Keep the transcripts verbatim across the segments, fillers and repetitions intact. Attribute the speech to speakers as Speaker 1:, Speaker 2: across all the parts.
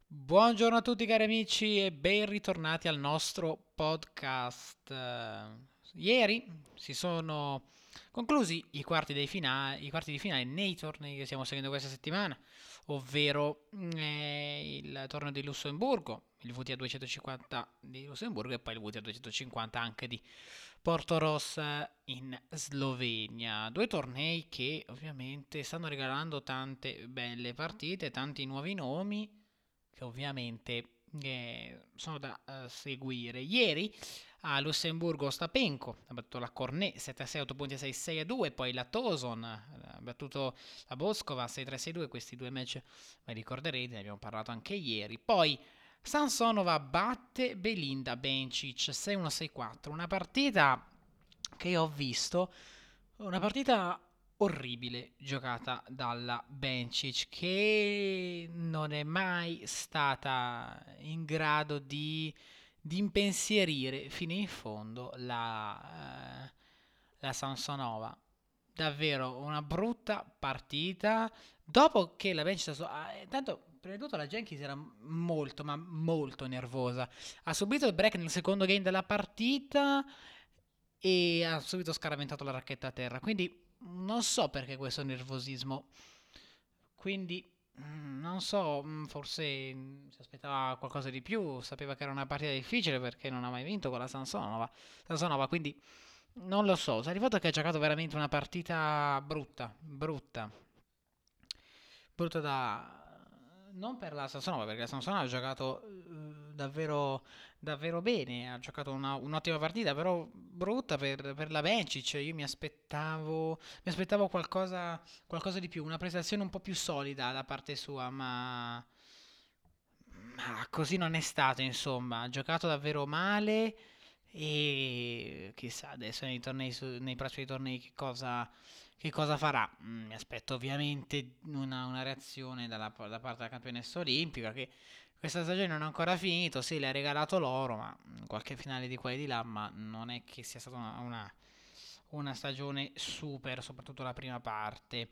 Speaker 1: Buongiorno a tutti cari amici e ben ritornati al nostro podcast. Eh, Ieri si sono conclusi i quarti, dei fina- i quarti di finale nei tornei che stiamo seguendo questa settimana, ovvero mm, eh, il torneo di Lussemburgo, il V T A duecentocinquanta di Lussemburgo e poi il V T A duecentocinquanta anche di Porto Rossa in Slovenia. Due tornei che ovviamente stanno regalando tante belle partite, tanti nuovi nomi che ovviamente eh, sono da eh, seguire. Ieri a Lussemburgo Stapenko ha battuto la Cornet sette a sei, otto punti a sei, sei a due, poi la Toson ha battuto la Boscova sei a tre, sei a due, questi due match vi ricorderete, ne abbiamo parlato anche ieri. Poi Sansonova batte Belinda Bencic sei a uno, sei a quattro, una partita che ho visto, una partita orribile giocata dalla Bencic che non è mai stata in grado di, di impensierire fino in fondo la, eh, la Samsonova. Davvero una brutta partita. Dopo che la Bencic... Ah, intanto, prima di tutto la Jenkins era molto, ma molto nervosa. Ha subito il break nel secondo game della partita e ha subito scaraventato la racchetta a terra. Quindi non so perché questo nervosismo. Quindi mm, non so, mm, forse mm, si aspettava qualcosa di più, sapeva che era una partita difficile perché non ha mai vinto con la Sansonova. Sansonova, quindi non lo so. Si è arrivato che ha giocato veramente una partita brutta, brutta. Brutta da... Non per la Sansonova, perché la Sansonova ha giocato eh, davvero, davvero bene, ha giocato una- un'ottima partita, però brutta per, per la Bencic. Io mi aspettavo, mi aspettavo qualcosa, qualcosa di più, una prestazione un po' più solida da parte sua, ma, ma così non è stato, insomma. Ha giocato davvero male e chissà adesso nei tornei, su- nei prossimi tornei che cosa, che cosa farà. Mm, mi aspetto ovviamente una, una reazione dalla- da parte della campionessa olimpica che questa stagione non è ancora finito, sì, le ha regalato l'oro, ma mm, qualche finale di qua e di là, ma non è che sia stata una, una- una stagione super, soprattutto la prima parte.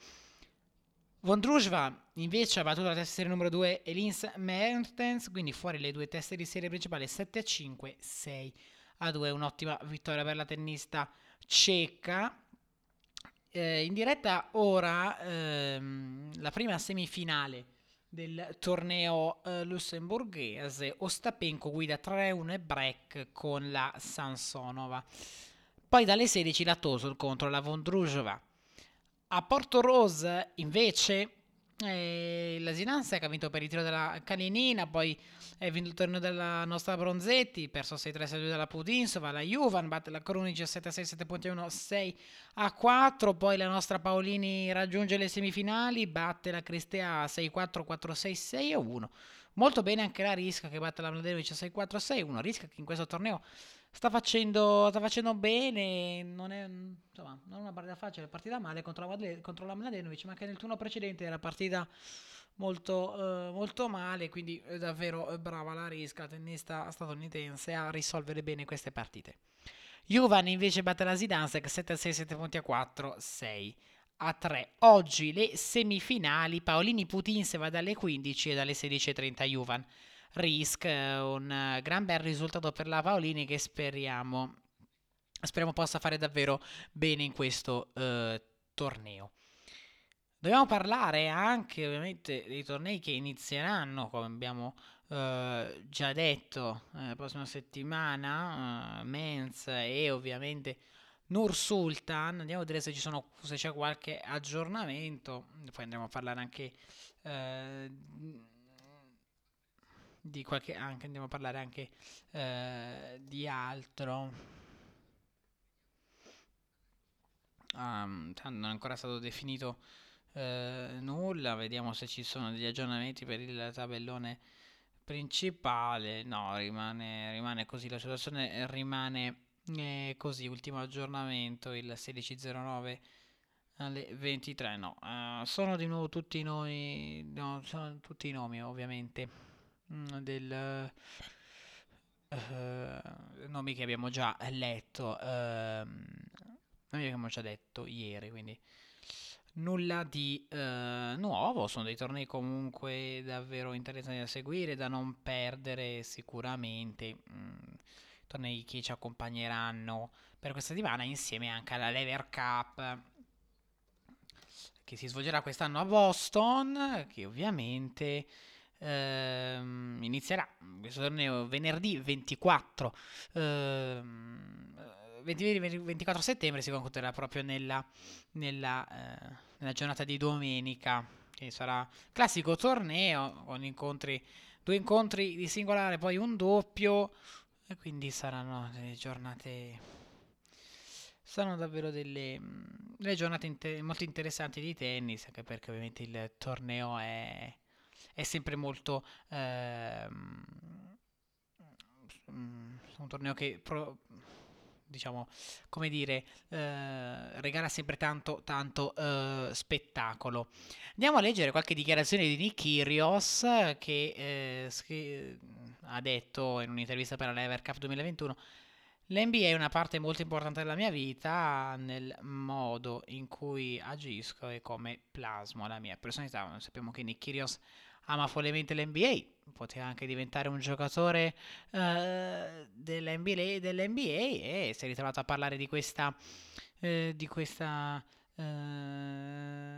Speaker 1: Vondrusva invece ha battuto la testa di serie numero due Elins Mertens, quindi fuori le due teste di serie principali sette a cinque, sei a due, un'ottima vittoria per la tennista ceca. Eh, in diretta ora ehm, la prima semifinale del torneo eh, lussemburghese. Ostapenko guida tre a uno e break con la Sansonova. Poi dalle sedici la Tosur contro la Vondrujova. A Porto Rose invece eh, la Sinanza che ha vinto per il tiro della Kalinina, poi è vinto il torneo della nostra Bronzetti, perso sei tre sei due dalla Pudinsova, la Juvan batte la Krunic sette a sei, sette punti uno, sei a quattro, poi la nostra Paolini raggiunge le semifinali, batte la Cristea sei quattro, quattro sei, sei a uno. Molto bene anche la Risca che batte la Mladenovic sei quattro, sei a uno, Risca che in questo torneo sta facendo, sta facendo bene, non è, insomma, non è una partita facile, è partita male contro la, Madle- contro la Mladenovic, ma anche nel turno precedente era partita molto, eh, molto male, quindi è davvero eh, brava la Risca, tennista statunitense, a risolvere bene queste partite. Juvan invece batte la Zidansek sette a sei, sette punti a quattro, sei a tre. Oggi le semifinali, Paolini Putin se va dalle quindici e dalle sedici e trenta Juvan. Risk, eh, un eh, gran bel risultato per la Paolini che speriamo, speriamo possa fare davvero bene in questo eh, torneo. Dobbiamo parlare anche ovviamente dei tornei che inizieranno, come abbiamo eh, già detto, eh, la prossima settimana, eh, Menz e ovviamente Nur Sultan. Andiamo a vedere se ci sono, se c'è qualche aggiornamento. Poi andremo a parlare anche eh, di qualche, anche andiamo a parlare anche eh, di altro. Um, non è ancora stato definito eh, nulla. Vediamo se ci sono degli aggiornamenti per il tabellone principale. No, rimane, rimane così. La situazione rimane eh, così. Ultimo aggiornamento il sedici zero nove alle ventitré. No, eh, sono di nuovo tutti i nomi. No, sono tutti i nomi, ovviamente. mm, Del. eh, Nomi che abbiamo già letto. ehm, nomi che abbiamo già detto ieri. Quindi nulla di eh, nuovo, sono dei tornei comunque davvero interessanti da seguire, da non perdere sicuramente. Mm, tornei che ci accompagneranno per questa settimana insieme anche alla Lever Cup che si svolgerà quest'anno a Boston, che ovviamente ehm, inizierà questo torneo venerdì ventiquattro, ehm, venti ventiquattro settembre, si concluderà proprio nella, nella, eh, nella giornata di domenica, che sarà classico torneo con incontri, due incontri di singolare, poi un doppio, e quindi saranno delle giornate. Sono davvero delle, mh, delle giornate inte- molto interessanti di tennis, anche perché ovviamente il torneo è, è sempre molto ehm, mm, un torneo che pro- diciamo, come dire, eh, regala sempre tanto, tanto eh, spettacolo. Andiamo a leggere qualche dichiarazione di Nick Kyrgios che eh, scri- ha detto in un'intervista per la Lever Cup duemilaventuno: l'N B A è una parte molto importante della mia vita nel modo in cui agisco e come plasmo la mia personalità. Sappiamo che Nick Kyrgios ama follemente l'N B A, poteva anche diventare un giocatore eh, dell'N B A, dell'N B A e si è ritrovato a parlare di questa, eh, di questa, eh,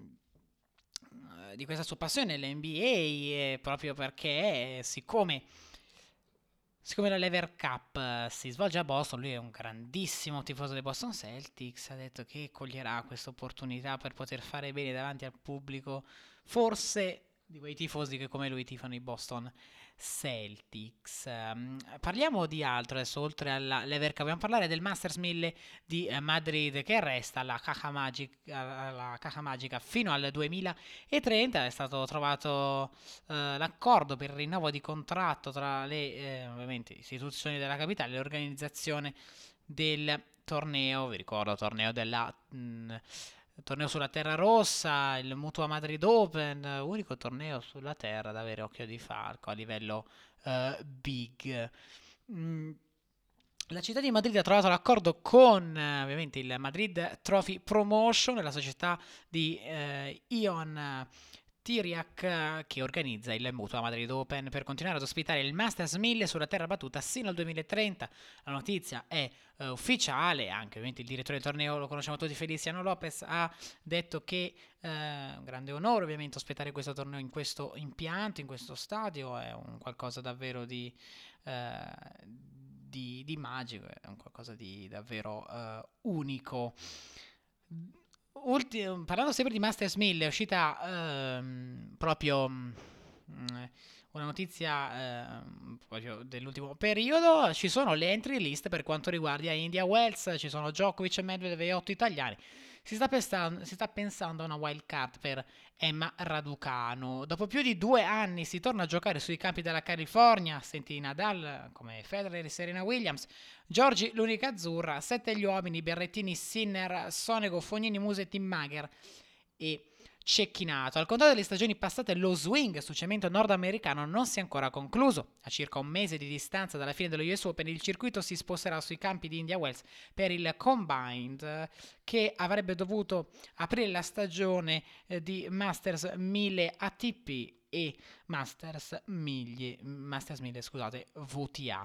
Speaker 1: di questa sua passione nell'N B A eh, proprio perché siccome Siccome la Lever Cup eh, si svolge a Boston, lui è un grandissimo tifoso dei Boston Celtics, ha detto che coglierà questa opportunità per poter fare bene davanti al pubblico, forse di quei tifosi che come lui tifano i Boston Celtics. Um, parliamo di altro adesso, oltre alla Lever Cup, dobbiamo parlare del Masters mille di eh, Madrid che resta alla Caja Magica, alla Caja Magica fino al duemilatrenta. È stato trovato eh, l'accordo per il rinnovo di contratto tra le eh, ovviamente istituzioni della capitale e l'organizzazione del torneo. Vi ricordo, torneo della mh, torneo sulla terra rossa, il Mutua Madrid Open, unico torneo sulla terra ad avere occhio di falco a livello eh, big. Mm, la città di Madrid ha trovato l'accordo con eh, ovviamente il Madrid Trophy Promotion, la società di eh, Ion Tiriac eh, che organizza il Mutua Madrid Open per continuare ad ospitare il Masters mille sulla terra battuta sino al duemilatrenta. La notizia è eh, ufficiale, anche ovviamente il direttore del torneo lo conosciamo tutti, Feliciano Lopez, ha detto che è eh, un grande onore ovviamente ospitare questo torneo in questo impianto, in questo stadio, è un qualcosa davvero di, eh, di, di magico, è un qualcosa di davvero eh, unico. Ulti- parlando sempre di Masters mille, è uscita ehm, proprio mm, una notizia ehm, proprio dell'ultimo periodo. Ci sono le entry list per quanto riguarda India Wells, ci sono Djokovic e Medvedev e otto italiani. Si sta, pensando, si sta pensando a una wild card per Emma Raducanu. Dopo più di due anni si torna a giocare sui campi della California. Senti Nadal come Federer e Serena Williams. Giorgi l'unica azzurra, sette gli uomini, Berrettini, Sinner, Sonego, Fognini, Musetti, Mager e Cecchinato. Al contrario delle stagioni passate, lo swing su cemento nordamericano non si è ancora concluso. A circa un mese di distanza dalla fine dello U S Open, il circuito si sposterà sui campi di India Wells per il Combined, che avrebbe dovuto aprire la stagione eh, di Masters mille A T P e Masters mille, Masters mille scusate, V T A.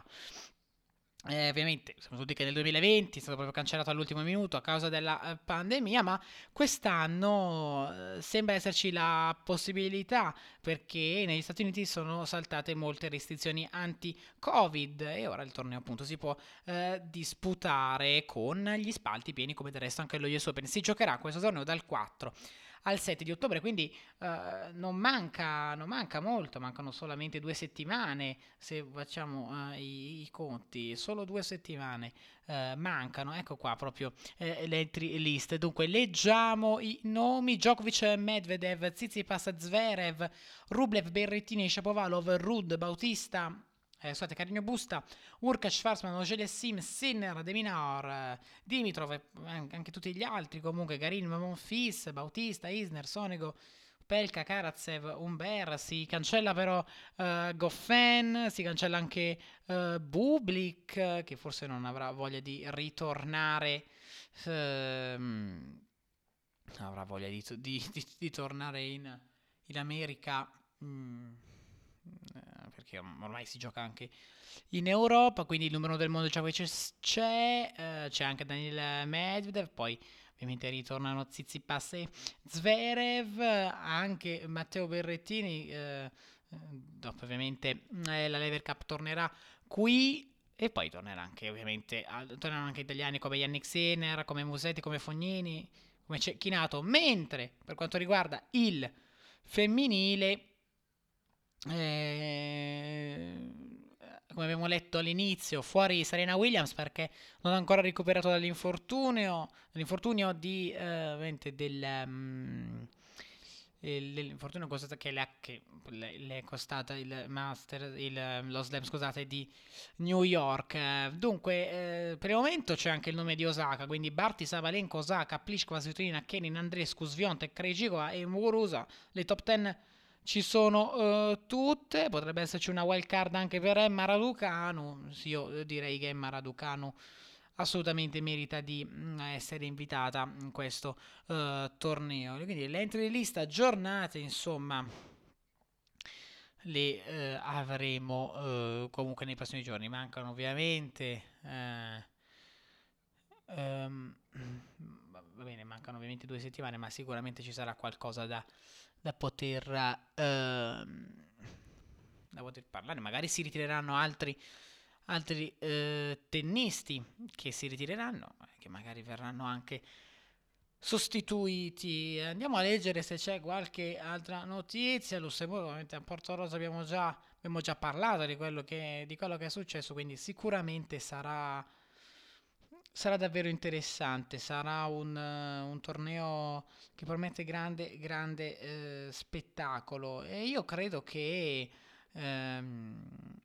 Speaker 1: Eh, ovviamente sappiamo tutti che nel duemilaventi è stato proprio cancellato all'ultimo minuto a causa della eh, pandemia, ma quest'anno eh, sembra esserci la possibilità perché negli Stati Uniti sono saltate molte restrizioni anti-Covid e ora il torneo appunto si può eh, disputare con gli spalti pieni come del resto anche lo U S Open. Si giocherà questo torneo dal quattro al sette di ottobre, quindi eh, non, manca, non manca molto, mancano solamente due settimane se facciamo eh, i, i conti, solo due settimane eh, mancano, ecco qua proprio eh, le entry list. Dunque leggiamo i nomi: Djokovic, Medvedev, Tsitsipas, Zverev, Rublev, Berrettini, Shapovalov, Rud, Bautista, eh, scusate, Carino Busta, Urkac, Schwarzman, Ogele Sim, Sinner, De Minaur, eh, Dimitrov e anche tutti gli altri, comunque Garin, Monfils, Bautista, Isner, Sonego, Pelka, Karatsev, Umber. Si cancella però uh, Goffin, si cancella anche uh, Bublik, che forse non avrà voglia di ritornare uh, avrà voglia di, di, di, di tornare in, in America, mm, eh, perché ormai si gioca anche in Europa, quindi il numero del mondo Djokovic c'è, eh, c'è anche Daniil Medvedev, poi ovviamente ritornano Tsitsipas e Zverev, anche Matteo Berrettini, eh, dopo ovviamente eh, la Lever Cup tornerà qui. E poi tornerà anche, ovviamente, torneranno anche italiani come Yannick Sinner, come Musetti, come Fognini, come Cecchinato. Mentre per quanto riguarda il femminile, eh, come abbiamo letto all'inizio, fuori Serena Williams perché non ha ancora recuperato dall'infortunio, dall'infortunio di, eh, del, um, l'infortunio che le, che le è costata il Master, il, lo Slam, scusate, di New York. Dunque, eh, per il momento c'è anche il nome di Osaka, quindi Barty, Sabalenka, Osaka, Pliskova, Svitolina, Kenin, Andreescu, Swiatek, Krejcikova e Muguruza. Le top dieci ci sono uh, tutte. Potrebbe esserci una wild card anche per Emma Raducanu. Sì, io direi che Emma Raducanu assolutamente merita di mh, essere invitata in questo uh, torneo. Quindi le entry di lista aggiornate, insomma, le uh, avremo uh, comunque nei prossimi giorni. Mancano ovviamente uh, um, va bene, mancano ovviamente due settimane, ma sicuramente ci sarà qualcosa da, da poter uh, da poter parlare. Magari si ritireranno altri altri uh, tennisti che si ritireranno, che magari verranno anche sostituiti. Andiamo a leggere se c'è qualche altra notizia. Lussemburgo, ovviamente a Porto Rosa abbiamo già, abbiamo già parlato di quello, che, di quello che è successo, quindi sicuramente sarà, sarà davvero interessante. Sarà un, uh, un torneo che promette grande, grande uh, spettacolo, e io credo che um,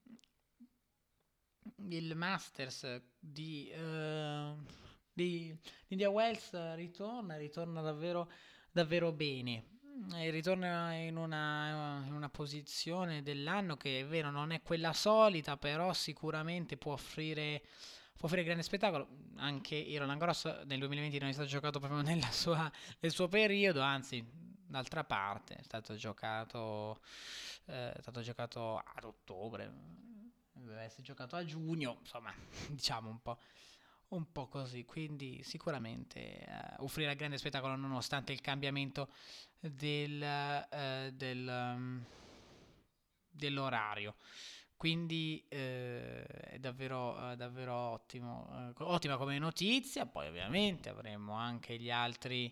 Speaker 1: il Masters di... Uh, di India Wells ritorna, ritorna davvero, davvero bene. E ritorna in una, in una posizione dell'anno che è vero, non è quella solita, però sicuramente può offrire, può offrire grande spettacolo. Anche il Roland Garros nel duemilaventi non è stato giocato proprio nella sua, nel suo periodo, anzi, d'altra parte è stato giocato, eh, è stato giocato ad ottobre, deve essere giocato a giugno, insomma, diciamo un po'. Un po' così, quindi sicuramente eh, offrirà grande spettacolo nonostante il cambiamento del, eh, del, um, dell'orario. Quindi eh, è davvero, eh, davvero ottimo, eh, ottima come notizia. Poi ovviamente avremo anche gli altri,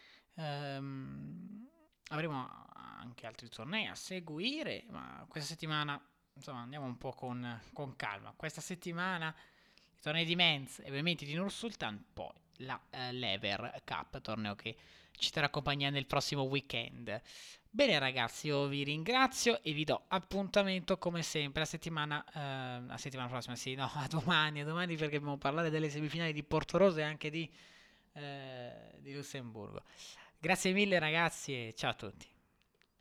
Speaker 1: ehm, avremo anche altri tornei a seguire, ma questa settimana, insomma, andiamo un po' con, con calma. Questa settimana i tornei di Men's e ovviamente di Nur Sultan, poi la uh, Lever Cup, torneo che ci terrà compagnia nel prossimo weekend. Bene ragazzi, io vi ringrazio e vi do appuntamento come sempre a settimana, uh, a settimana prossima, sì, no, a domani, a domani perché dobbiamo parlare delle semifinali di Portorosso e anche di, uh, di Lussemburgo. Grazie mille ragazzi e ciao a tutti.